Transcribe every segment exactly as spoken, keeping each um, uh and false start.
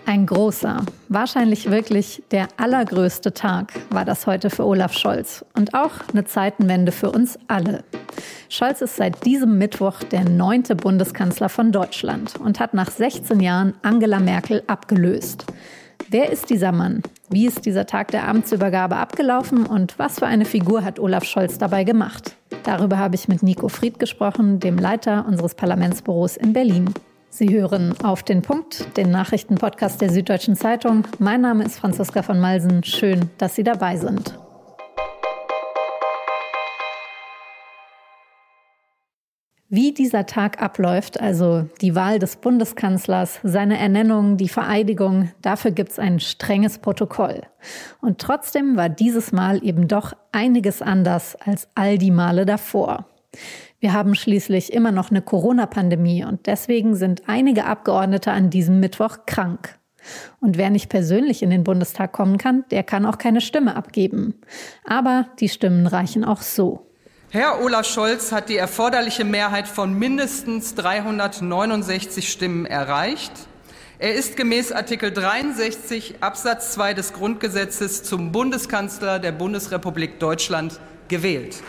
Ein großer, wahrscheinlich wirklich der allergrößte Tag war das heute für Olaf Scholz und auch eine Zeitenwende für uns alle. Scholz ist seit diesem Mittwoch der neunte Bundeskanzler von Deutschland und hat nach sechzehn Jahren Angela Merkel abgelöst. Wer ist dieser Mann? Wie ist dieser Tag der Amtsübergabe abgelaufen und was für eine Figur hat Olaf Scholz dabei gemacht? Darüber habe ich mit Nico Fried gesprochen, dem Leiter unseres Parlamentsbüros in Berlin. Sie hören Auf den Punkt, den Nachrichtenpodcast der Süddeutschen Zeitung. Mein Name ist Franziska von Malsen. Schön, dass Sie dabei sind. Wie dieser Tag abläuft, also die Wahl des Bundeskanzlers, seine Ernennung, die Vereidigung, dafür gibt es ein strenges Protokoll. Und trotzdem war dieses Mal eben doch einiges anders als all die Male davor. Wir haben schließlich immer noch eine Corona-Pandemie und deswegen sind einige Abgeordnete an diesem Mittwoch krank. Und wer nicht persönlich in den Bundestag kommen kann, der kann auch keine Stimme abgeben. Aber die Stimmen reichen auch so. Herr Olaf Scholz hat die erforderliche Mehrheit von mindestens dreihundertneunundsechzig Stimmen erreicht. Er ist gemäß Artikel dreiundsechzig Absatz zwei des Grundgesetzes zum Bundeskanzler der Bundesrepublik Deutschland gewählt.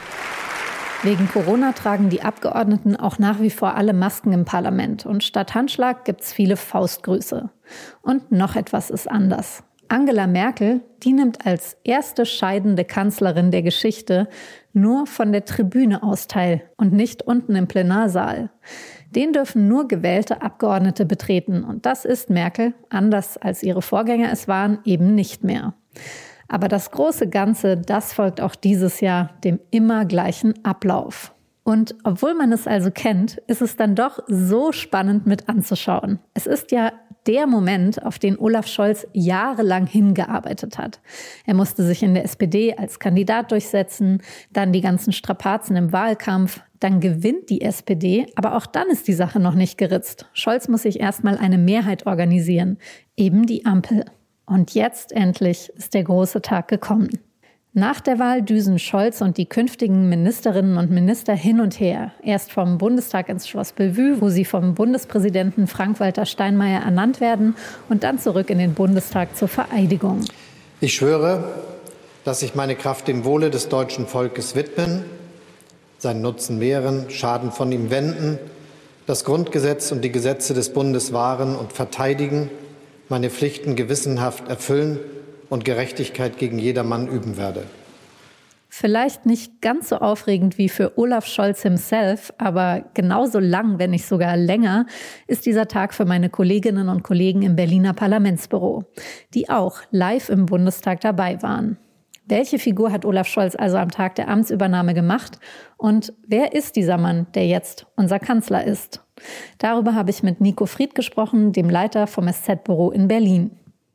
Wegen Corona tragen die Abgeordneten auch nach wie vor alle Masken im Parlament. Und statt Handschlag gibt's viele Faustgrüße. Und noch etwas ist anders. Angela Merkel, die nimmt als erste scheidende Kanzlerin der Geschichte nur von der Tribüne aus teil und nicht unten im Plenarsaal. Den dürfen nur gewählte Abgeordnete betreten. Und das ist Merkel, anders als ihre Vorgänger es waren, eben nicht mehr. Aber das große Ganze, das folgt auch dieses Jahr dem immer gleichen Ablauf. Und obwohl man es also kennt, ist es dann doch so spannend mit anzuschauen. Es ist ja der Moment, auf den Olaf Scholz jahrelang hingearbeitet hat. Er musste sich in der S P D als Kandidat durchsetzen, dann die ganzen Strapazen im Wahlkampf, dann gewinnt die S P D, aber auch dann ist die Sache noch nicht geritzt. Scholz muss sich erstmal eine Mehrheit organisieren, eben die Ampel. Und jetzt endlich ist der große Tag gekommen. Nach der Wahl düsen Scholz und die künftigen Ministerinnen und Minister hin und her. Erst vom Bundestag ins Schloss Bellevue, wo sie vom Bundespräsidenten Frank-Walter Steinmeier ernannt werden, und dann zurück in den Bundestag zur Vereidigung. Ich schwöre, dass ich meine Kraft dem Wohle des deutschen Volkes widmen, seinen Nutzen mehren, Schaden von ihm wenden, das Grundgesetz und die Gesetze des Bundes wahren und verteidigen, meine Pflichten gewissenhaft erfüllen und Gerechtigkeit gegen jedermann üben werde. Vielleicht nicht ganz so aufregend wie für Olaf Scholz himself, aber genauso lang, wenn nicht sogar länger, ist dieser Tag für meine Kolleginnen und Kollegen im Berliner Parlamentsbüro, die auch live im Bundestag dabei waren. Welche Figur hat Olaf Scholz also am Tag der Amtsübernahme gemacht? Und wer ist dieser Mann, der jetzt unser Kanzler ist? Darüber habe ich mit Nico Fried gesprochen, dem Leiter vom S Z-Büro in Berlin.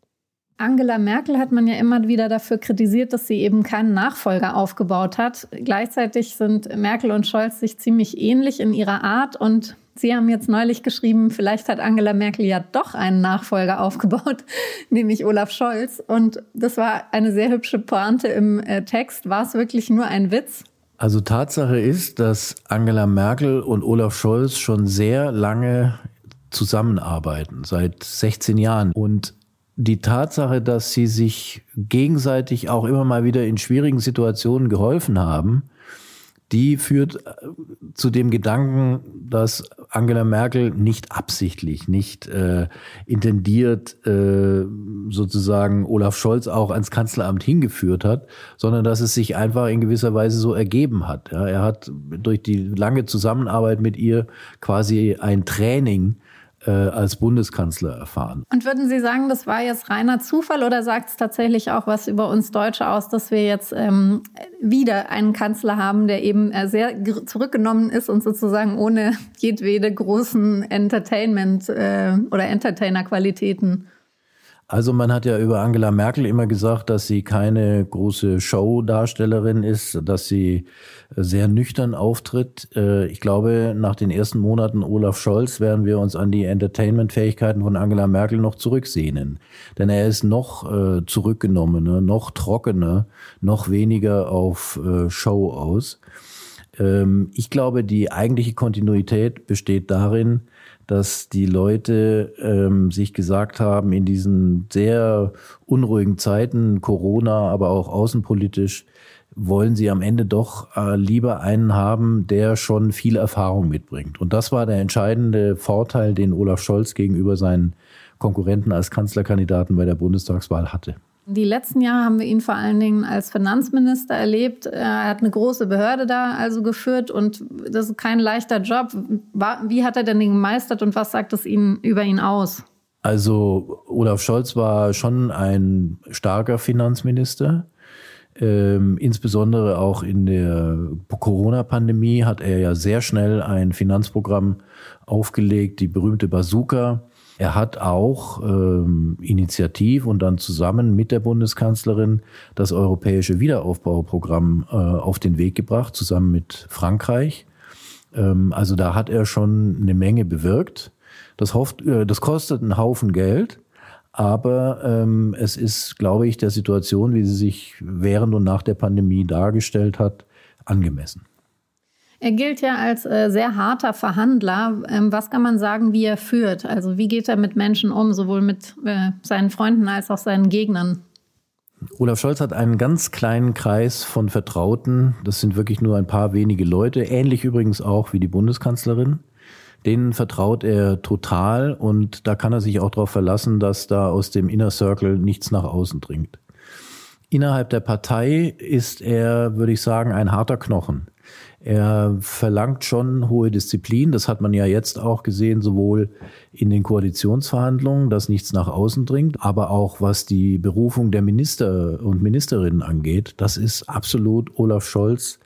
Angela Merkel hat man ja immer wieder dafür kritisiert, dass sie eben keinen Nachfolger aufgebaut hat. Gleichzeitig sind Merkel und Scholz sich ziemlich ähnlich in ihrer Art und Sie haben jetzt neulich geschrieben, vielleicht hat Angela Merkel ja doch einen Nachfolger aufgebaut, nämlich Olaf Scholz. Und das war eine sehr hübsche Pointe im Text. War es wirklich nur ein Witz? Also Tatsache ist, dass Angela Merkel und Olaf Scholz schon sehr lange zusammenarbeiten, seit sechzehn Jahren. Und die Tatsache, dass sie sich gegenseitig auch immer mal wieder in schwierigen Situationen geholfen haben, die führt zu dem Gedanken, dass Angela Merkel nicht absichtlich, nicht äh, intendiert äh, sozusagen Olaf Scholz auch ans Kanzleramt hingeführt hat, sondern dass es sich einfach in gewisser Weise so ergeben hat. Ja, er hat durch die lange Zusammenarbeit mit ihr quasi ein Training als Bundeskanzler erfahren. Und würden Sie sagen, das war jetzt reiner Zufall oder sagt es tatsächlich auch was über uns Deutsche aus, dass wir jetzt ähm, wieder einen Kanzler haben, der eben äh, sehr g- zurückgenommen ist und sozusagen ohne jedwede großen Entertainment- äh, oder Entertainer-Qualitäten? Also man hat ja über Angela Merkel immer gesagt, dass sie keine große Showdarstellerin ist, dass sie sehr nüchtern auftritt. Ich glaube, nach den ersten Monaten Olaf Scholz werden wir uns an die Entertainment-Fähigkeiten von Angela Merkel noch zurücksehnen. Denn er ist noch zurückgenommener, noch trockener, noch weniger auf Show aus. Ähm, ich glaube, die eigentliche Kontinuität besteht darin, dass die Leute ähm, sich gesagt haben, in diesen sehr unruhigen Zeiten, Corona, aber auch außenpolitisch, wollen sie am Ende doch äh, lieber einen haben, der schon viel Erfahrung mitbringt. Und das war der entscheidende Vorteil, den Olaf Scholz gegenüber seinen Konkurrenten als Kanzlerkandidaten bei der Bundestagswahl hatte. Die letzten Jahre haben wir ihn vor allen Dingen als Finanzminister erlebt. Er hat eine große Behörde da also geführt und das ist kein leichter Job. Wie hat er denn den gemeistert und was sagt es Ihnen über ihn aus? Also Olaf Scholz war schon ein starker Finanzminister. Ähm, insbesondere auch in der Corona-Pandemie hat er ja sehr schnell ein Finanzprogramm aufgelegt, die berühmte Bazooka. Er hat auch ähm, initiativ und dann zusammen mit der Bundeskanzlerin das europäische Wiederaufbauprogramm äh, auf den Weg gebracht, zusammen mit Frankreich. Ähm, also da hat er schon eine Menge bewirkt. Das, hofft, äh, das kostet einen Haufen Geld, aber ähm, es ist, glaube ich, der Situation, wie sie sich während und nach der Pandemie dargestellt hat, angemessen. Er gilt ja als äh, sehr harter Verhandler. Ähm, was kann man sagen, wie er führt? Also wie geht er mit Menschen um, sowohl mit äh, seinen Freunden als auch seinen Gegnern? Olaf Scholz hat einen ganz kleinen Kreis von Vertrauten. Das sind wirklich nur ein paar wenige Leute. Ähnlich übrigens auch wie die Bundeskanzlerin. Denen vertraut er total und da kann er sich auch darauf verlassen, dass da aus dem Inner Circle nichts nach außen dringt. Innerhalb der Partei ist er, würde ich sagen, ein harter Knochen. Er verlangt schon hohe Disziplin. Das hat man ja jetzt auch gesehen, sowohl in den Koalitionsverhandlungen, dass nichts nach außen dringt, aber auch was die Berufung der Minister und Ministerinnen angeht. Das ist absolut Olaf Scholz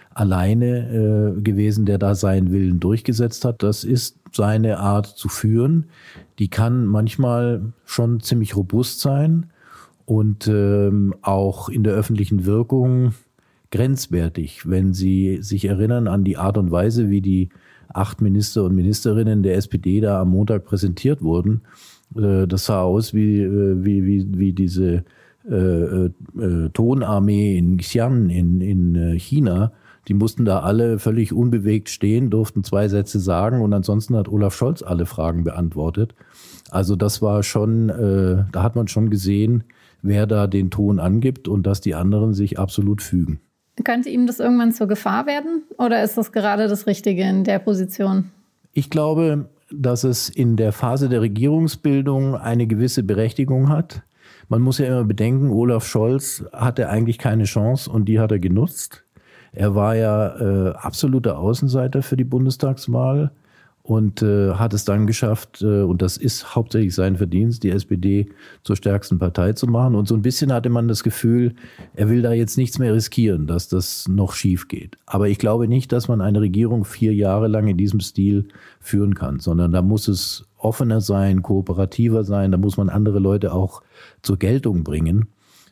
alleine äh, gewesen, der da seinen Willen durchgesetzt hat. Das ist seine Art zu führen. Die kann manchmal schon ziemlich robust sein und ähm, auch in der öffentlichen Wirkung grenzwertig, wenn Sie sich erinnern an die Art und Weise, wie die acht Minister und Ministerinnen der S P D da am Montag präsentiert wurden. Das sah aus wie, wie, wie, wie diese äh, äh, Tonarmee in Xi'an in, in China. Die mussten da alle völlig unbewegt stehen, durften zwei Sätze sagen und ansonsten hat Olaf Scholz alle Fragen beantwortet. Also das war schon, äh, da hat man schon gesehen, wer da den Ton angibt und dass die anderen sich absolut fügen. Könnte ihm das irgendwann zur Gefahr werden oder ist das gerade das Richtige in der Position? Ich glaube, dass es in der Phase der Regierungsbildung eine gewisse Berechtigung hat. Man muss ja immer bedenken, Olaf Scholz hatte eigentlich keine Chance und die hat er genutzt. Er war ja äh, absoluter Außenseiter für die Bundestagswahl und äh, hat es dann geschafft, äh, und das ist hauptsächlich sein Verdienst, die S P D zur stärksten Partei zu machen. Und so ein bisschen hatte man das Gefühl, er will da jetzt nichts mehr riskieren, dass das noch schief geht. Aber ich glaube nicht, dass man eine Regierung vier Jahre lang in diesem Stil führen kann, sondern da muss es offener sein, kooperativer sein, da muss man andere Leute auch zur Geltung bringen.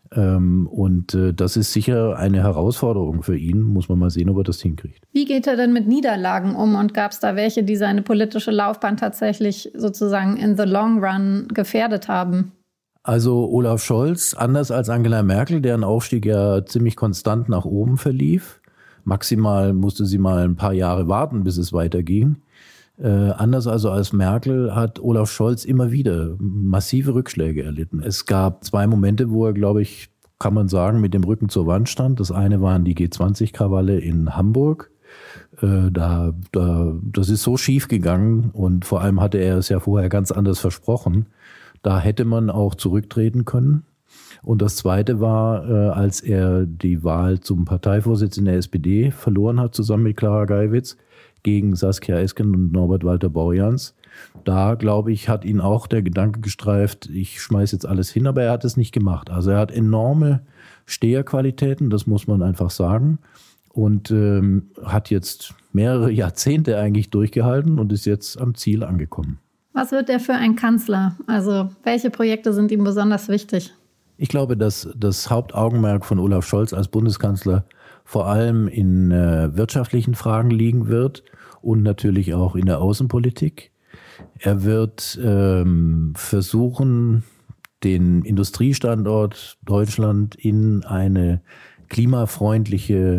Und das ist sicher eine Herausforderung für ihn. Muss man mal sehen, ob er das hinkriegt. Wie geht er denn mit Niederlagen um? Und gab es da welche, die seine politische Laufbahn tatsächlich sozusagen in the long run gefährdet haben? Also Olaf Scholz, anders als Angela Merkel, deren Aufstieg ja ziemlich konstant nach oben verlief. Maximal musste sie mal ein paar Jahre warten, bis es weiterging. Äh, anders also als Merkel hat Olaf Scholz immer wieder massive Rückschläge erlitten. Es gab zwei Momente, wo er, glaube ich, kann man sagen, mit dem Rücken zur Wand stand. Das eine waren die G zwanzig Krawalle in Hamburg. Äh, da, da, das ist so schief gegangen und vor allem hatte er es ja vorher ganz anders versprochen. Da hätte man auch zurücktreten können. Und das Zweite war, äh, als er die Wahl zum Parteivorsitz in der S P D verloren hat, zusammen mit Clara Geiwitz, gegen Saskia Esken und Norbert Walter-Borjans. Da, glaube ich, hat ihn auch der Gedanke gestreift, ich schmeiße jetzt alles hin, aber er hat es nicht gemacht. Also er hat enorme Steherqualitäten, das muss man einfach sagen. Und ähm, hat jetzt mehrere Jahrzehnte eigentlich durchgehalten und ist jetzt am Ziel angekommen. Was wird er für ein Kanzler? Also welche Projekte sind ihm besonders wichtig? Ich glaube, dass das Hauptaugenmerk von Olaf Scholz als Bundeskanzler vor allem in äh, wirtschaftlichen Fragen liegen wird und natürlich auch in der Außenpolitik. Er wird ähm, versuchen, den Industriestandort Deutschland in eine klimafreundliche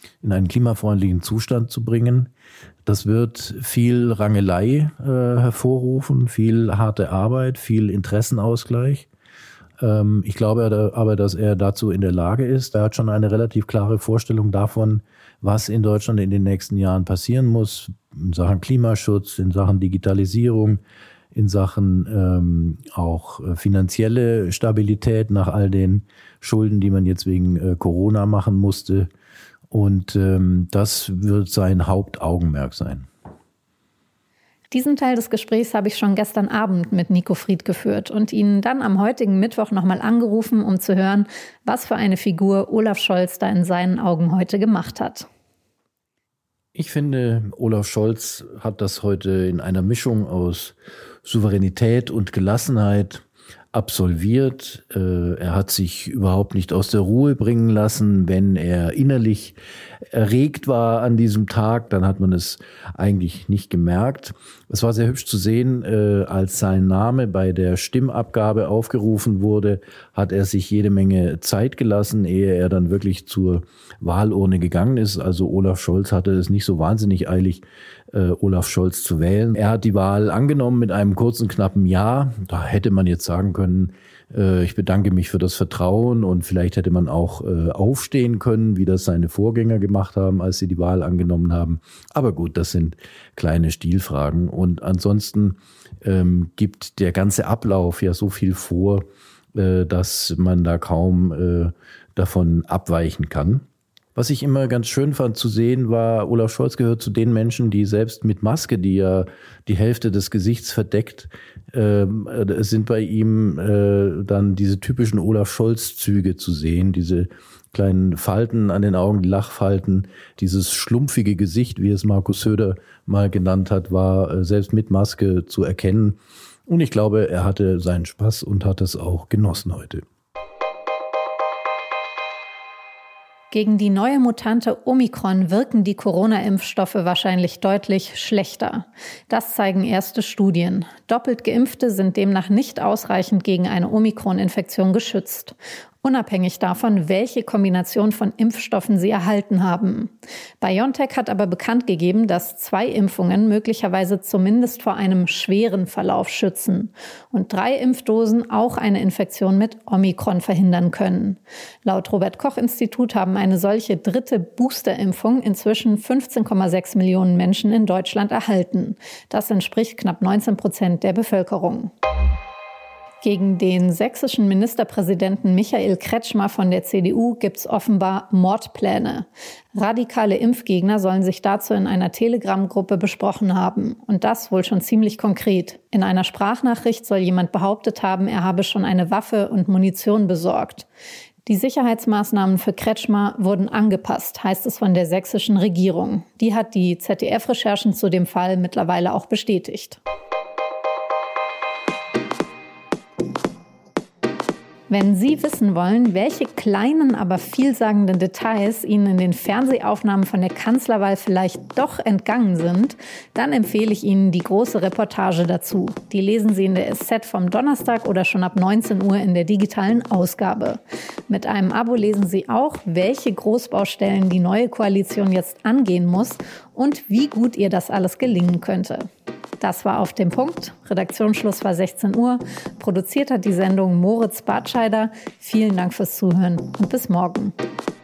in einen klimafreundlichen Zustand zu bringen. Das wird viel Rangelei äh, hervorrufen, viel harte Arbeit, viel Interessenausgleich. Ähm, ich glaube aber, dass er dazu in der Lage ist. Er hat schon eine relativ klare Vorstellung davon, was in Deutschland in den nächsten Jahren passieren muss, in Sachen Klimaschutz, in Sachen Digitalisierung, in Sachen ähm, auch finanzielle Stabilität nach all den Schulden, die man jetzt wegen äh, Corona machen musste. Und ähm, das wird sein Hauptaugenmerk sein. Diesen Teil des Gesprächs habe ich schon gestern Abend mit Nico Fried geführt und ihn dann am heutigen Mittwoch nochmal angerufen, um zu hören, was für eine Figur Olaf Scholz da in seinen Augen heute gemacht hat. Ich finde, Olaf Scholz hat das heute in einer Mischung aus Souveränität und Gelassenheit absolviert. Er hat sich überhaupt nicht aus der Ruhe bringen lassen. Wenn er innerlich erregt war an diesem Tag, dann hat man es eigentlich nicht gemerkt. Es war sehr hübsch zu sehen, als sein Name bei der Stimmabgabe aufgerufen wurde, hat er sich jede Menge Zeit gelassen, ehe er dann wirklich zur Wahlurne gegangen ist. Also Olaf Scholz hatte es nicht so wahnsinnig eilig, Olaf Scholz zu wählen. Er hat die Wahl angenommen mit einem kurzen, knappen Ja. Da hätte man jetzt sagen können, äh, ich bedanke mich für das Vertrauen, und vielleicht hätte man auch äh, aufstehen können, wie das seine Vorgänger gemacht haben, als sie die Wahl angenommen haben. Aber gut, das sind kleine Stilfragen. Und ansonsten ähm, gibt der ganze Ablauf ja so viel vor, äh, dass man da kaum äh, davon abweichen kann. Was ich immer ganz schön fand zu sehen, war, Olaf Scholz gehört zu den Menschen, die selbst mit Maske, die ja die Hälfte des Gesichts verdeckt, äh, es sind bei ihm äh, dann diese typischen Olaf Scholz-Züge zu sehen, diese kleinen Falten an den Augen, die Lachfalten, dieses schlumpfige Gesicht, wie es Markus Söder mal genannt hat, war äh, selbst mit Maske zu erkennen. Und ich glaube, er hatte seinen Spaß und hat es auch genossen heute. Gegen die neue Mutante Omikron wirken die Corona-Impfstoffe wahrscheinlich deutlich schlechter. Das zeigen erste Studien. Doppelt Geimpfte sind demnach nicht ausreichend gegen eine Omikron-Infektion geschützt, unabhängig davon, welche Kombination von Impfstoffen sie erhalten haben. BioNTech hat aber bekannt gegeben, dass zwei Impfungen möglicherweise zumindest vor einem schweren Verlauf schützen und drei Impfdosen auch eine Infektion mit Omikron verhindern können. Laut Robert-Koch-Institut haben eine solche dritte Boosterimpfung inzwischen fünfzehn Komma sechs Millionen Menschen in Deutschland erhalten. Das entspricht knapp neunzehn Prozent der Bevölkerung. Gegen den sächsischen Ministerpräsidenten Michael Kretschmer von der C D U gibt es offenbar Mordpläne. Radikale Impfgegner sollen sich dazu in einer Telegram-Gruppe besprochen haben. Und das wohl schon ziemlich konkret. In einer Sprachnachricht soll jemand behauptet haben, er habe schon eine Waffe und Munition besorgt. Die Sicherheitsmaßnahmen für Kretschmer wurden angepasst, heißt es von der sächsischen Regierung. Die hat die Z D F-Recherchen zu dem Fall mittlerweile auch bestätigt. Wenn Sie wissen wollen, welche kleinen, aber vielsagenden Details Ihnen in den Fernsehaufnahmen von der Kanzlerwahl vielleicht doch entgangen sind, dann empfehle ich Ihnen die große Reportage dazu. Die lesen Sie in der S Z vom Donnerstag oder schon ab neunzehn Uhr in der digitalen Ausgabe. Mit einem Abo lesen Sie auch, welche Großbaustellen die neue Koalition jetzt angehen muss und wie gut ihr das alles gelingen könnte. Das war Auf dem Punkt. Redaktionsschluss war sechzehn Uhr. Produziert hat die Sendung Moritz Bartscheider. Vielen Dank fürs Zuhören und bis morgen.